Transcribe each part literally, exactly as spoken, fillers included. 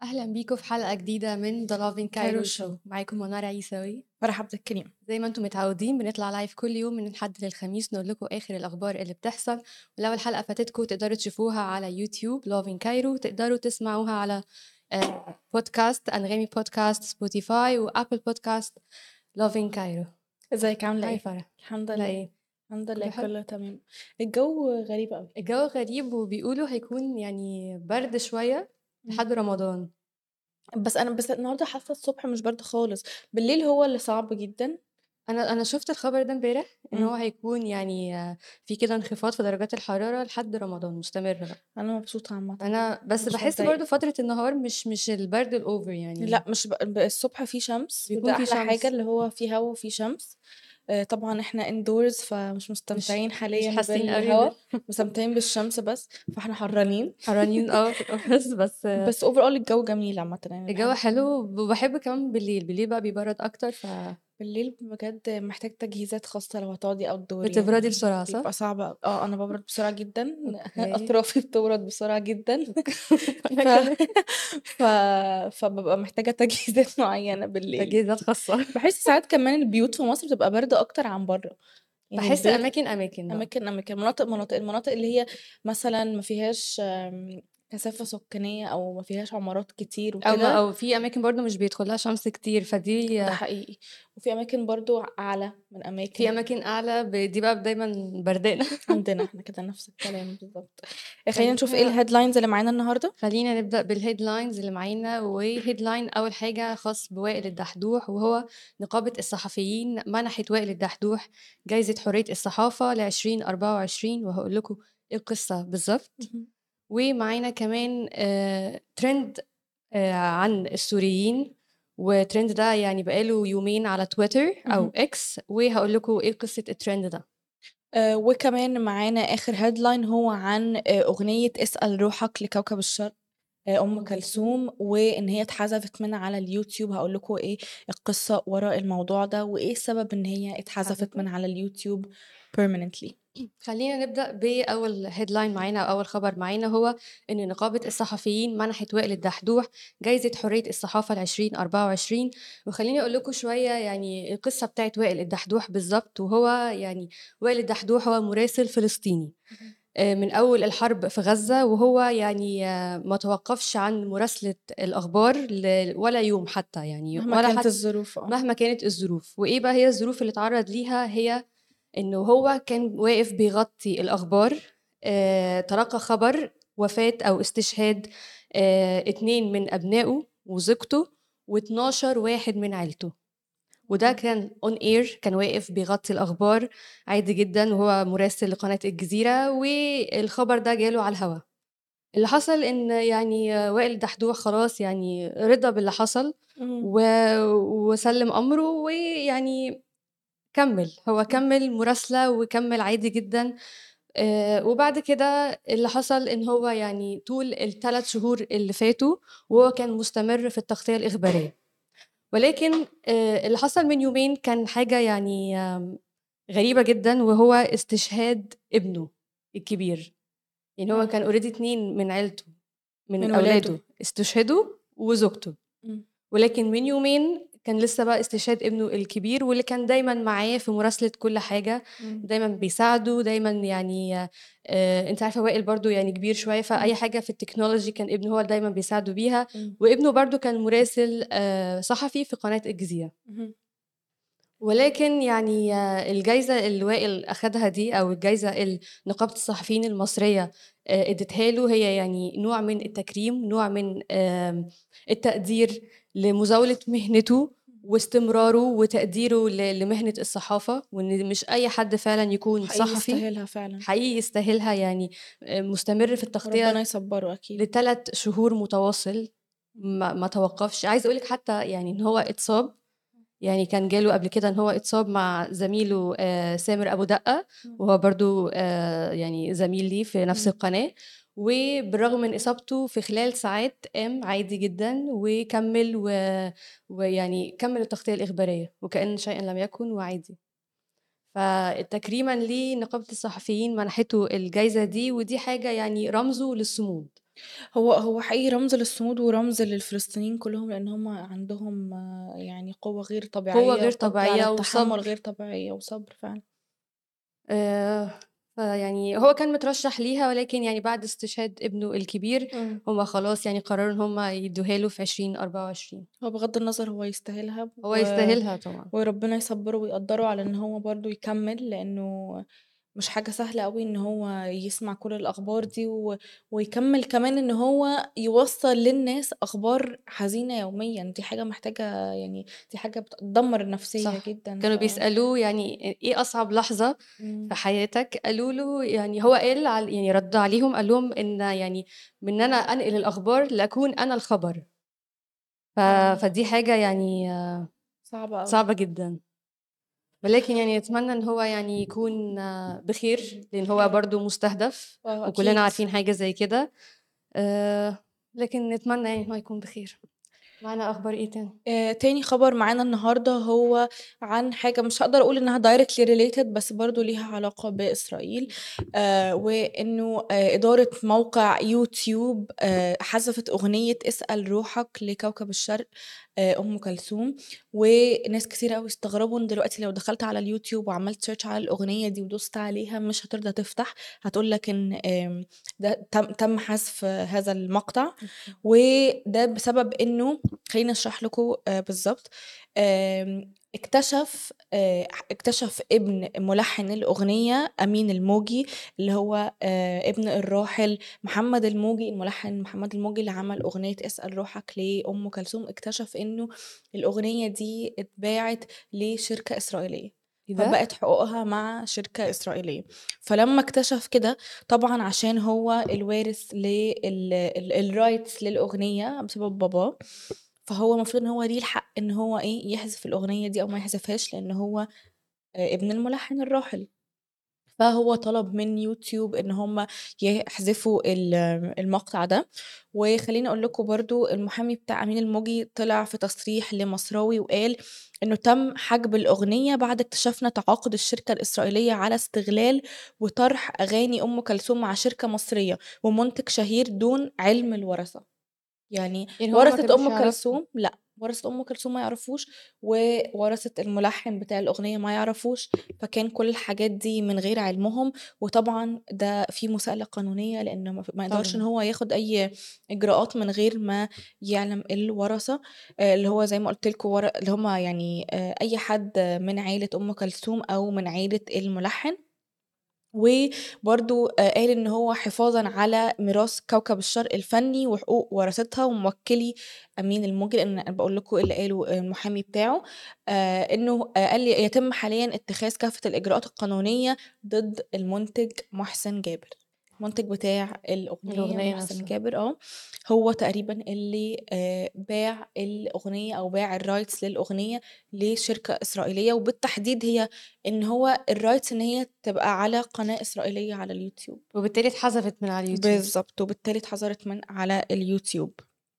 أهلا بيكم في حلقة جديدة من The Loving كايرو Cairo شو. Show. معاكم منار عيساوي. فرح عبد الكريم. زي ما انتم متعودين بنطلع لايف كل يوم من الحد للخميس نقول لكم آخر الأخبار اللي بتحصل، ولو الحلقة فاتتكم تقدروا تشوفوها على يوتيوب Loving Cairo، تقدروا تسمعوها على آه، بودكاست أنغامي بودكاست، سبوتيفاي وأبل بودكاست Loving Cairo. ازيك عامله هاي ايه؟ فرح، الحمد لا لله. ايه الحمد لله كله حلو. كله تمام. الجو غريب قوي. الجو غريب وبيقولوا هيكون يعني برد شوية لحد رمضان. بس انا بس النهارده حاسه الصبح مش برد خالص، بالليل هو اللي صعب جدا. انا انا شفت الخبر ده امبارح ان هو مم. هيكون يعني آه، في كده انخفاض في درجات الحرارة لحد رمضان مستمر بقى. انا مبسوطه عامه. انا بس مش بحس متضايقه. برضو فترة النهار مش مش البرد الاوفر يعني. لا مش ب... ب- الصبح في شمس بيكون وده في احلى حاجه، شمس. اللي هو في هوا وفي شمس. آه، طبعا احنا اندورز فمش مش مستمتعين مش حاليا حاسين قوي بالهوا، بال- مستمتعين بالشمس بس، فاحنا حرانين. حرانين اه بس بس آه، بس اوفر اول الجو جميل عامه، يعني الجو بحب. حلو وبحب كمان بالليل بالليل بقى بيبرد اكتر فبتبردي بالليل بجد محتاج تجهيزات خاصة لو هتقعدي اوت دور، يعني بسرعة بيبقى صح؟ صعب أوي. اه انا ببرد بسرعة جدا. اوكي. اطرافي بتبرد بسرعة جدا. انا ف... كمان ف... فببقى محتاجة تجهيزات معينة بالليل. تجهيزات خاصة. بحس ساعات كمان البيوت في مصر بتبقى برد اكتر عن بره، يعني بحس البيوت. اماكن اماكن بقى. اماكن اماكن مناطق مناطق المناطق اللي هي مثلا ما فيهاش آم، كثافة سكانية او ما فيهاش عمارات كتير او ما وكده. او في اماكن برضو مش بيدخلها شمس كتير فدي ده آه، حقيقي. وفي اماكن برضو اعلى من في اماكن. اماكن اعلى ب- دي بقى دايما بردانة. عندنا احنا كده نفس الكلام بالظبط. خلينا نشوف ايه خلينا الهيدلاينز اللي معانا النهارده. خلينا نبدأ بالهيدلاينز اللي معانا. وهيدلاين أول حاجة خاص بوائل الدحدوح، وهو نقابة الصحفيين منحت وائل الدحدوح جايزة حرية الصحافة لعشرين أربعة وعشرين، وهقول لكم إيه القصة بالظبط. مهم. ومعانا كمان آه، ترند آه، عن السوريين، وترند ده يعني بقاله يومين على تويتر أو مهم. إكس، وهقول لكم إيه قصة الترند ده. آه وكمان معانا اخر هيدلاين هو عن آه اغنيه اسال روحك لكوكب الشرق، آه ام كلثوم، وان هي اتحذفت من على اليوتيوب. هقول لكم ايه القصه وراء الموضوع ده وايه السبب ان هي اتحذفت من على اليوتيوب permanently. خلينا نبدأ بأول هيدلاين معانا أو أول خبر معانا، هو إن نقابة الصحفيين منحت وائل الدحدوح جايزة حرية الصحافة لعشرين أربعة وعشرين. وخليني أقول لكم شوية يعني القصة بتاعت وائل الدحدوح بالظبط. وهو يعني وائل الدحدوح هو مراسل فلسطيني مهم. آه، من أول الحرب في غزة، وهو يعني آه، ما توقفش عن مراسلة الأخبار ل- ولا يوم حتى يعني مهما ولا كانت حتى الظروف. اه مهما كانت الظروف. وإيه بقى هي الظروف اللي اتعرض ليها؟ هي إنه هو كان واقف بيغطي الأخبار، آه، تلقى خبر وفاة أو استشهاد آه، اتنين من أبنائه وزوجته و12 واحد من عيلته. وده كان اون اير، كان واقف بيغطي الأخبار عادي جدا وهو مراسل لقناة الجزيرة، والخبر ده جاله على الهوا. اللي حصل إن يعني آه، وائل دحدوح خلاص يعني رضى باللي حصل مهم. و... وسلم أمره، ويعني كمل هو كمل مراسلة وكمل عادي جدا. آه، وبعد كده اللي حصل ان هو يعني طول الثلاث شهور اللي فاتوا وهو كان مستمر في التغطية الإخبارية. ولكن آه، اللي حصل من يومين كان حاجة يعني آم، غريبة جدا، وهو استشهاد ابنه الكبير. يعني هو اه كان اوريدي اتنين من عيلته من من ولاده. أولاده استشهدوا وزوجته. مم. ولكن من يومين كان لسه بقى استشهاد ابنه الكبير، واللي كان دايما معاه في مراسلة كل حاجة، مم. دايما بيساعده دايما يعني آه انت عارفة وائل برضو يعني كبير شوية، فأي مم. حاجة في التكنولوجي كان ابنه هو اللي دايما بيساعده بيها. مم. وابنه برضو كان مراسل آه صحفي في قناة الجزيرة. مم. ولكن يعني آه، الجايزة اللي وائل أخدها دي أو الجايزة اللي نقابة الصحفيين المصرية آه، ادتها له، هي يعني نوع من التكريم، نوع من آم، التقدير لمزاولة مهنته واستمراره وتقديره ل- لمهنة الصحافة، وإن مش أي حد فعلا يكون حقيقي صحفي يستاهلها فعلا. حقيقي يستاهلها. يعني آه، مستمر في ربنا التغطية يصبره اكيد. لثلاث شهور متواصل، ما, ما توقفش. عايز أقولك حتى يعني إن هو اتصاب، يعني كان جاله قبل كده ان هو اتصاب مع زميله آه، سامر ابو دقة، مم. وهو برضو آه، يعني زميل لي في نفس مم. القناة. وبالرغم من اصابته في خلال ساعات قام عادي جدا وكمل و... ويعني كمل التغطية الإخبارية وكأن شيئا لم يكن وعادي. فتكريما ليه نقابة الصحفيين منحته الجايزة دي، ودي حاجة يعني رمزه للصمود. هو هو حقيقي رمز للصمود ورمز للفلسطينيين كلهم، لان هم عندهم آه، يعني قوة غير قوة طبيعية غير وقدرة على طبيعية التحمل وصبر. غير طبيعية وصبر فعلا. آه، فيعني هو كان مترشح ليها، ولكن يعني بعد استشهاد ابنه الكبير مم. هما خلاص يعني قرروا ان هما يدوها له في عشرين أربعة وعشرين. هو بغض النظر هو يستاهلها هو و... يستاهلها طبعا. وربنا يصبره ويقدره على ان هو برضو يكمل، لانه مش حاجة سهلة قوي ان هو يسمع كل الاخبار دي و... ويكمل كمان ان هو يوصل للناس اخبار حزينة يوميا. دي حاجة محتاجة، يعني دي حاجة بتدمر النفسية صح، جدا. كانوا ف بيسألوه يعني ايه أصعب لحظة مم. في حياتك، قالوا له يعني هو قال على يعني رد عليهم قال لهم ان يعني من ان انا انقل الاخبار لاكون انا الخبر. ف... فعلا فدي حاجة يعني صعبة قوي. صعبة جدا، ولكن يعني نتمنى ان هو يعني يكون بخير، لان هو برضو مستهدف اه وكلنا اكيد. عارفين حاجة زي كده. أه لكن نتمنى يعني ان هو يكون بخير. معنا اخبار ايه تاني؟ آه، تاني خبر معانا النهاردة هو عن حاجة مش هقدر أقول إنها directly related، بس برضو ليها علاقة بإسرائيل. آه وإنه آه إدارة موقع يوتيوب آه حذفت أغنية اسأل روحك لكوكب الشرق آه أم كلثوم. وناس كتير قوي استغربوا إن دلوقتي لو دخلت على اليوتيوب وعملت سيرش على الأغنية دي ودوست عليها مش هترضى تفتح، هتقولك إن آم، ده تم تم حذف هذا المقطع. وده بسبب إنه خليني اشرح لكم آه بالظبط. آم، اكتشف آه اكتشف ابن ملحن الأغنية أمين الموجي، اللي هو آه ابن الراحل محمد الموجي. الملحن محمد الموجي اللي عمل أغنية اسأل روحك لأم كلثوم، اكتشف إنه الأغنية دي اتباعت لشركة إسرائيلية، ايه ده؟ فبقت حقوقها مع شركة إسرائيلية. فلما اكتشف كده، طبعا عشان هو الوارث للرايتس للأغنية بسبب باباه، فهو المفروض ان هو ليه الحق ان هو ايه يحذف الاغنيه دي او ما يحذفهاش، لان هو آه، ابن الملحن الراحل. فهو طلب من يوتيوب ان هم يحذفوا ال- المقطع ده. وخليني اقول لكم برضو المحامي بتاع امين الموجي طلع في تصريح لمصراوي وقال انه تم حجب الاغنيه بعد اكتشافنا تعاقد الشركه الاسرائيليه على استغلال وطرح اغاني ام كلثوم مع شركه مصريه ومنتج شهير دون علم الورثه. يعني يعني هما ما ورثة كانوش أم يعرفوا؟ كلثوم لا، ورثة أم كلثوم ما يعرفوش، وورثة الملحن بتاع الأغنية ما يعرفوش. فكان كل الحاجات دي من غير علمهم. وطبعا ده في مساءلة قانونية، لأنه ما ما يقدرش إن طبعا. هو ياخد أي إجراءات من غير ما يعلم الورثة. آه، اللي هو زي ما قلت لكم ور... اللي هم يعني آه، أي حد من عيلة أم كلثوم أو من عيلة الملحن. وبرضو آه، قال ان هو حفاظا على ميراث كوكب الشرق الفني وحقوق ورثتها. وموكلي امين الموجي، لان انا بقول لكم اللي قاله المحامي بتاعه آه انه آه قال لي يتم حاليا اتخاذ كافه الاجراءات القانونيه ضد المنتج محسن جابر. المنتج بتاع الأغنية الأغنية محسن نفسها. جابر اه هو تقريبا اللي آه باع الأغنية أو باع الرايتس للأغنية لشركة إسرائيلية. وبالتحديد هي ان هو الرايتس ان هي تبقى على قناة إسرائيلية على اليوتيوب. وبالتالي اتحذفت من على اليوتيوب. بالظبط، وبالتالي اتحظرت من على اليوتيوب.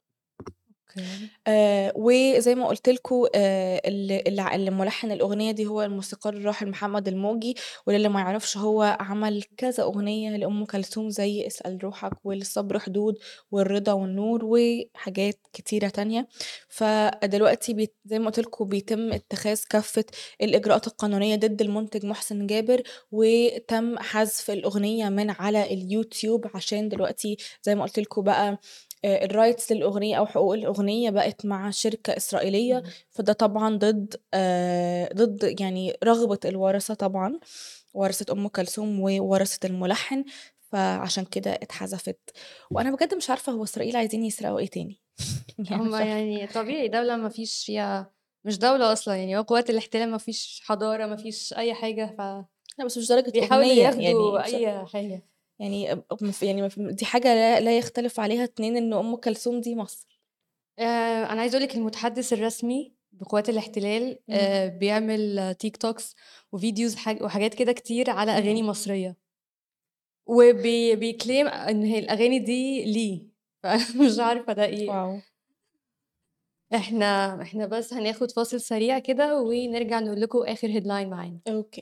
اوكي. آه وزي ما قلت لكم آه اللي, اللي اللي ملحن الأغنية دي هو الموسيقار الراحل محمد الموجي. وللي ما يعرفش هو عمل كذا أغنية لأم كلثوم زي اسأل روحك والصبر حدود والرضا والنور وحاجات كتيرة تانية. فدلوقتي بيت زي ما قلت لكم بيتم اتخاذ كافة الإجراءات القانونية ضد المنتج محسن جابر، وتم حذف الأغنية من على اليوتيوب عشان دلوقتي زي ما قلت لكم بقى آه، الرايتس للأغنية أو حقوق الأغنية بقت مع شركة إسرائيلية. مم. فده طبعا ضد آه، ضد يعني رغبة الورثة طبعا، ورثة أم كلثوم وورثة الملحن. فعشان كده اتحذفت. وأنا بجد مش عارفة هو إسرائيل عايزين يسرقوا إيه تاني. يعني مش هما عارفة. يعني طبيعي دولة ما فيش فيها، مش دولة أصلا، يعني هو قوات الاحتلال ما فيش حضارة ما فيش أي حاجة، لا بس مش درجة فبيحاولوا أغنية يعني ياخدوا مش أي حاجة. يعني مف- يعني مف- دي حاجة لا, لا يختلف عليها اتنين إن أم كلثوم دي مصر. آه أنا عايز أقولك المتحدث الرسمي بقوات الاحتلال مم. آه بيعمل آه، تيك توكس وفيديوز حاج وحاجات كده كتير على أغاني مم. مصرية، وبيكليم إن هي الأغاني دي ليه. فمش عارفة ده إيه. واو. احنا احنا بس هناخد فاصل سريع كده ونرجع نقول لكم آخر هيدلاين معانا. اوكي.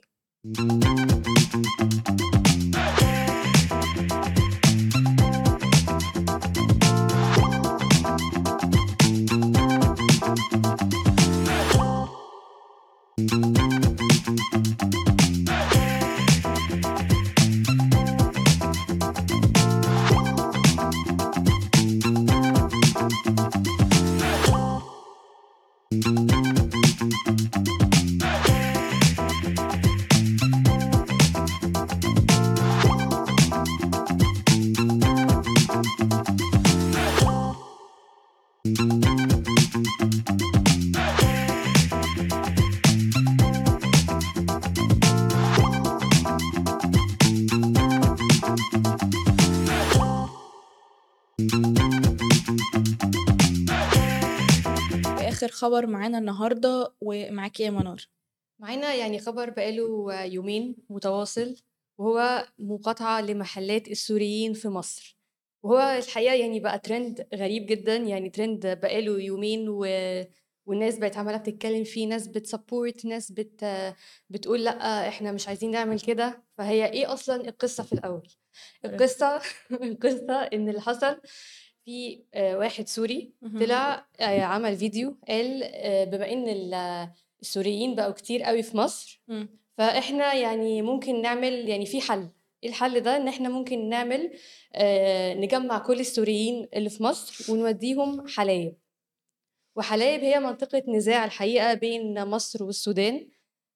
آخر خبر معانا النهارده، ومعاكِ إيه يا منار؟ معانا يعني خبر بقاله يومين متواصل، وهو مقاطعة لمحلات السوريين في مصر. وهو الحقيقة يعني بقى ترند غريب جدا، يعني ترند بقاله يومين و... والناس بقت عمالة بتتكلم فيه، ناس بتسبورت، ناس بت... بتقول لأ احنا مش عايزين نعمل كده. فهي ايه اصلا القصة في الأول؟ القصة القصة ان اللي حصل في آه، واحد سوري اهم. طلع آه، عمل فيديو قال آه، بما ان ال- السوريين بقوا كتير قوي في مصر، إمم. فاحنا يعني ممكن نعمل يعني في حل. ايه الحل ده؟ ان احنا ممكن نعمل آه، نجمع كل السوريين اللي في مصر ونوديهم حلايب. وحلايب هي منطقة نزاع الحقيقة بين مصر والسودان.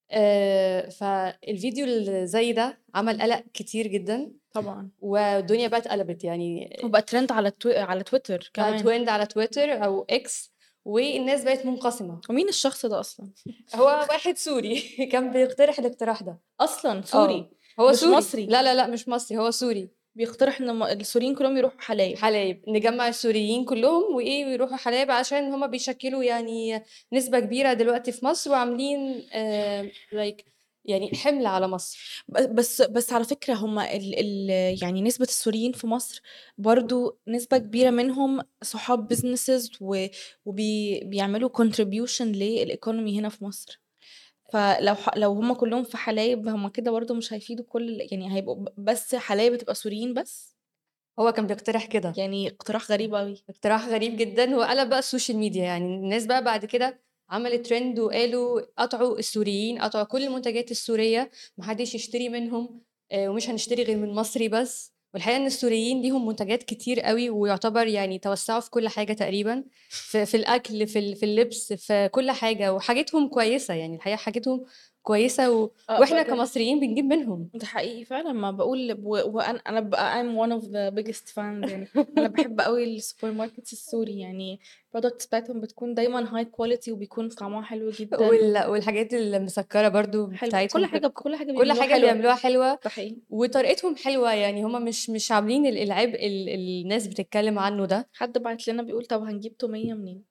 آه، فالفيديو اللي زي ده عمل قلق كتير جدا، طبعًا. والدنيا بقى اتقلبت يعني. وبقى ترند على التو على تويتر بقى كمان. ترند على تويتر او اكس، والناس بقت منقسمة. ومين الشخص ده أصلًا؟ هو واحد سوري كان بيقترح الاقتراح ده. أصلًا اه سوري، هو مش سوري، مصري، لا لا لا مش مصري، هو سوري. بيقترح إن م السوريين كلّهم يروحوا حلايب. حلايب، نجمع السوريين كلهم وايه ويروحوا حلايب عشان هما بيشكلوا يعني نسبة كبيرة دلوقتي في مصر، وعاملين آه like يعني حمل على مصر. ب بس بس على فكرة هُم ال ال يعني نسبة السوريين في مصر برضه نسبة كبيرة منهم صحاب businesses و وبي بيعملوا contribution للeconomy هنا في مصر. فلو ح لو هُم كلّهم في حلايب، هُم كده برضه مش هيفيدوا كل ال يعني هيبقوا ب بس حلايب هتبقى سوريين بس؟ هو كان بيقترح كده، يعني اقتراح غريب أوي. اقتراح غريب جدا، وقلب بقى السوشيال ميديا. يعني الناس بقى بعد كده عملت ترند وقالوا قطعوا السوريين، قطعوا كل المنتجات السورية، محدش يشتري منهم، آه، ومش هنشتري غير من مصري بس. والحقيقة ان السوريين ليهم منتجات كتير قوي، ويعتبر يعني توسعوا في كل حاجة تقريبا، في, في الأكل، في, ال- في اللبس، في كل حاجة، وحاجتهم كويسة. يعني الحقيقة حاجتهم كويسة و... آه ب واحنا ده كمصريين بنجيب منهم. ده حقيقي فعلًا، ما باقول و وأنا أنا بقى I'm one of the biggest fans يعني. أنا باحب أوي السوبر ماركتس السوري، يعني الproducts بتاعتهم بتكون دايمًا high quality وبيكون طعمها حلو جدًا. وال... والحاجات المسكرة برضو حلو، كل بتاعتهم، حاجة كل حاجة كل بيعملوها حاجة حلوة. بيعملوها حلوة، ده حقيقي. وطريقتهم حلوة. يعني هم مش مش عاملين ال- العبء ال- الناس بتتكلم عنه ده. حد بعت لنا بيقول طب هنجيب تومية منين؟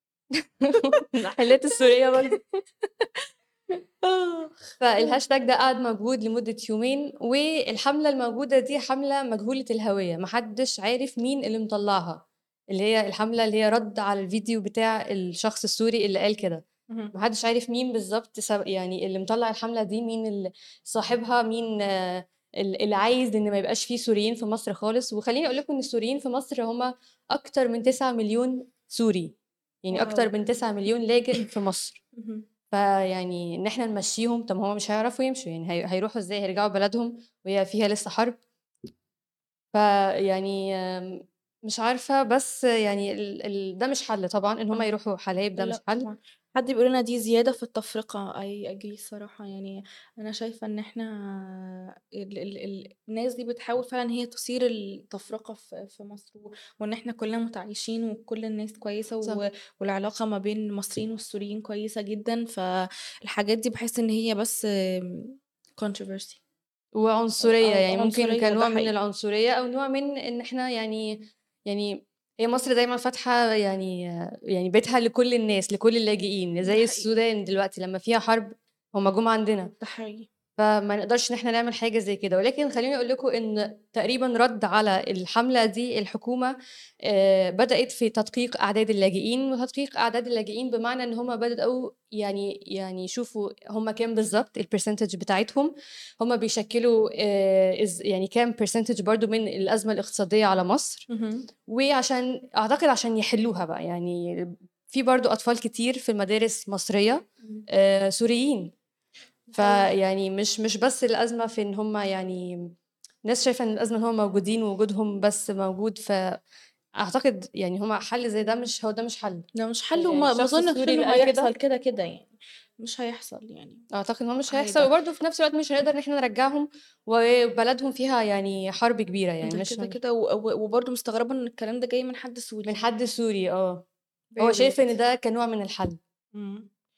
المحلات السورية برضه. آه. فالهاشتاج ده قعد موجود لمدة يومين، والحملة الموجودة دي حملة مجهولة الهوية، محدش عارف مين اللي مطلعها. اللي هي الحملة اللي هي رد على الفيديو بتاع الشخص السوري اللي قال كده. اهم. محدش عارف مين بالظبط سب- يعني اللي مطلع الحملة دي، مين اللي صاحبها، مين آه، ال- اللي عايز ان ما يبقاش فيه سوريين في مصر خالص. وخليني اقول لكم ان السوريين في مصر هم اكتر من تسعة مليون سوري، يعني واو! اكتر من تسعة مليون لاجئ في مصر. اهم. فيعني ان احنا نمشيهم، طب ما هم مش هيعرفوا يمشوا، يعني هي- هيروحوا ازاي؟ هيرجعوا بلدهم وهي فيها لسه حرب. فيعني آم، مش عارفة، بس يعني ال... ال... ده مش حل طبعا ان هم آه. يروحوا حلايب، ده مش لأ حل. طبعًا. حد بيقول لنا دي زيادة في التفرقة. I agree الصراحة يعني. أنا شايفة إن إحنا ال ال ال الناس دي بتحاول فعلًا إن هي تثير التفرقة في في مصر، و وإن إحنا كلنا متعايشين وكل الناس كويسة، صح. و والعلاقة ما بين المصريين والسوريين كويسة جدًا. فالحاجات دي باحس إن هي بس آمم controversy أو وعنصرية، أو يعني ممكن عنصرية. ده كنوع من حقيقي. العنصرية أو نوع من إن إحنا يعني يعني هي مصر دايمًا فاتحة يعني يعني بيتها لكل الناس، لكل اللاجئين، ده زي حقيقي. السودان دلوقتي لمّا فيها حرب هم جُم عندنا. ده حقيقي. فما نقدرش إن إحنا نعمل حاجة زي كده. ولكن خلّيني أقول لكم إن تقريبًا رَد على الحملة دي، الحكومة آآ بدأت في تدقيق أعداد اللاجئين. وتدقيق أعداد اللاجئين بمعنى إن هم بدأوا يعني يعني يشوفوا هم كام بالضبط الpercentage بتاعتهم، هم بيشكّلوا آآ إز يعني كام percentage برضه من الأزمة الاقتصادية على مصر. اهم. وعشان أعتقد عشان يحلّوها بقى، يعني في برضه أطفال كتير في المدارس مصرية إمم. آآ سوريين. ده حقيقي. فيعني مش مش بس الأزمة في إن هم يعني ناس شايفة إن الأزمة إن هم موجودين ووجودهم بس موجود. فأعتقد يعني هم حل زي ده مش هو ده مش حل. ده مش حل، يعني وما ما الشخص أظنش السوري اللي إنه قال هيحصل كده، كده، كده يعني. مش هيحصل يعني. أعتقد إن هو مش هيحصل. هيدا وبرضه في نفس الوقت مش هنقدر إن إحنا نرجعهم، وبلدهم فيها يعني حرب كبيرة، يعني ده مش كده، هن- كده و و وبرضه مستغربة إن الكلام ده جاي من حد من سوري. حد سوري. اه هو very شايف weird. إن ده كنوع من الحل. إمم.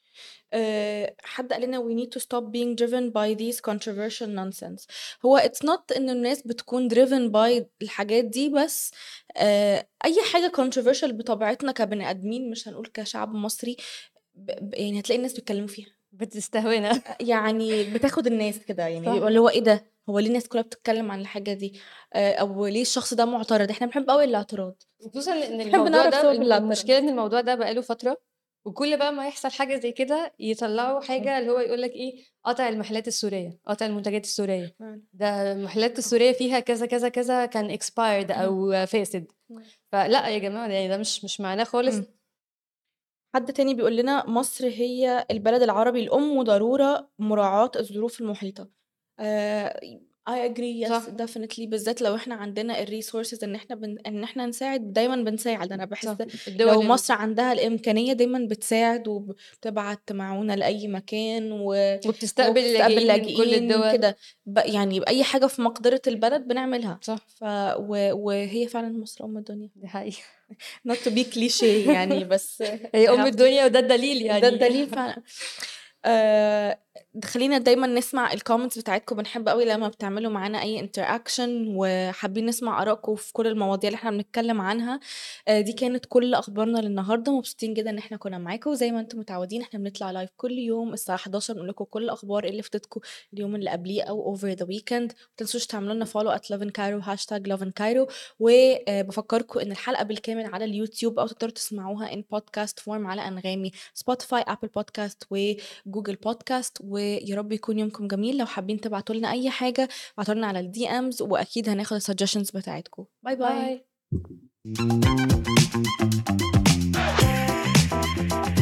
آه، حد قال لنا we need to stop being driven by these controversial nonsense. هو it's not ان الناس بتكون driven by الحاجات دي، بس آه، اي حاجة controversial بطبيعتنا كبني ادمين، مش هنقول كشعب مصري، ب- ب- يعني هتلاقي الناس بيتكلموا فيها، بتستهونا. يعني بتاخد الناس كده، يعني صح. بيبقى اللي هو ايه ده، هو ليه الناس كلها بتتكلم عن الحاجة دي، آه، او ليه الشخص ده معترض. احنا بنحب قوي الاعتراض، خصوصا ان بنحب الموضوع نعرف ده سبب الاعتراض. المشكله ان الموضوع ده بقاله فتره، وكل بقى ما يحصل حاجه زي كده يطلعوا حاجه اللي هو يقول لك ايه، قطع المحلات السوريه، قطع المنتجات السوريه، فعلا. ده المحلات السوريه فيها كذا كذا كذا كان expired او فاسد. مم. فلا يا جماعه، يعني ده مش مش معناه خالص. مم. حد تاني بيقول لنا مصر هي البلد العربي الأم وضرورة مراعاة الظروف المحيطة. آه I agree yes صح. definitely، بالذات لو احنا عندنا الريسورسز ان احنا بن... ان احنا نساعد، دايما بنساعد. انا بحس صح. لو الدول ال- مصر عندها الامكانيه دايما بتساعد وبتبعت معونه لاي مكان و... وبتستقبل وبتستقبل اللاجئين من كل لاجئين الدول. كده، ب... يعني باي حاجه في مقدره البلد بنعملها. صح. ف... و... وهي فعلا مصر ام الدنيا، دي حقيقه. not to be cliché يعني، بس هي I ام have to. الدنيا، وده الدليل ده يعني. الدليل فعلا. آه خلينا دايما نسمع الكومنتس بتاعتكم، بنحب قوي لما بتعملوا معانا اي انتراكشن، وحابين نسمع ارائكم في كل المواضيع اللي احنا بنتكلم عنها. آه دي كانت كل اخبارنا للنهارده، مبسوطين جدا ان احنا كنا معاكم. زي ما انتم متعودين احنا بنطلع لايف كل يوم الساعه حداشر، نقول لكم كل الاخبار اللي فاتتكم اليوم اللي قبليه او اوفر ذا ويكند. ما تنسوش تعملوا لنا فولو ات لوفن كايرو، هاشتاج لوفن كايرو. وبفكركم ان الحلقه بالكامل على اليوتيوب، او تقدروا تسمعوها ان بودكاست فورم على انغامي، سبوتيفاي، ابل بودكاست وجوجل بودكاست. ويا رب يكون يومكم جميل. لو حابين تبعتوا لنا اي حاجه ابعتوا لنا على الدي امز، واكيد هناخد السجشنز بتاعتكم. باي باي. باي.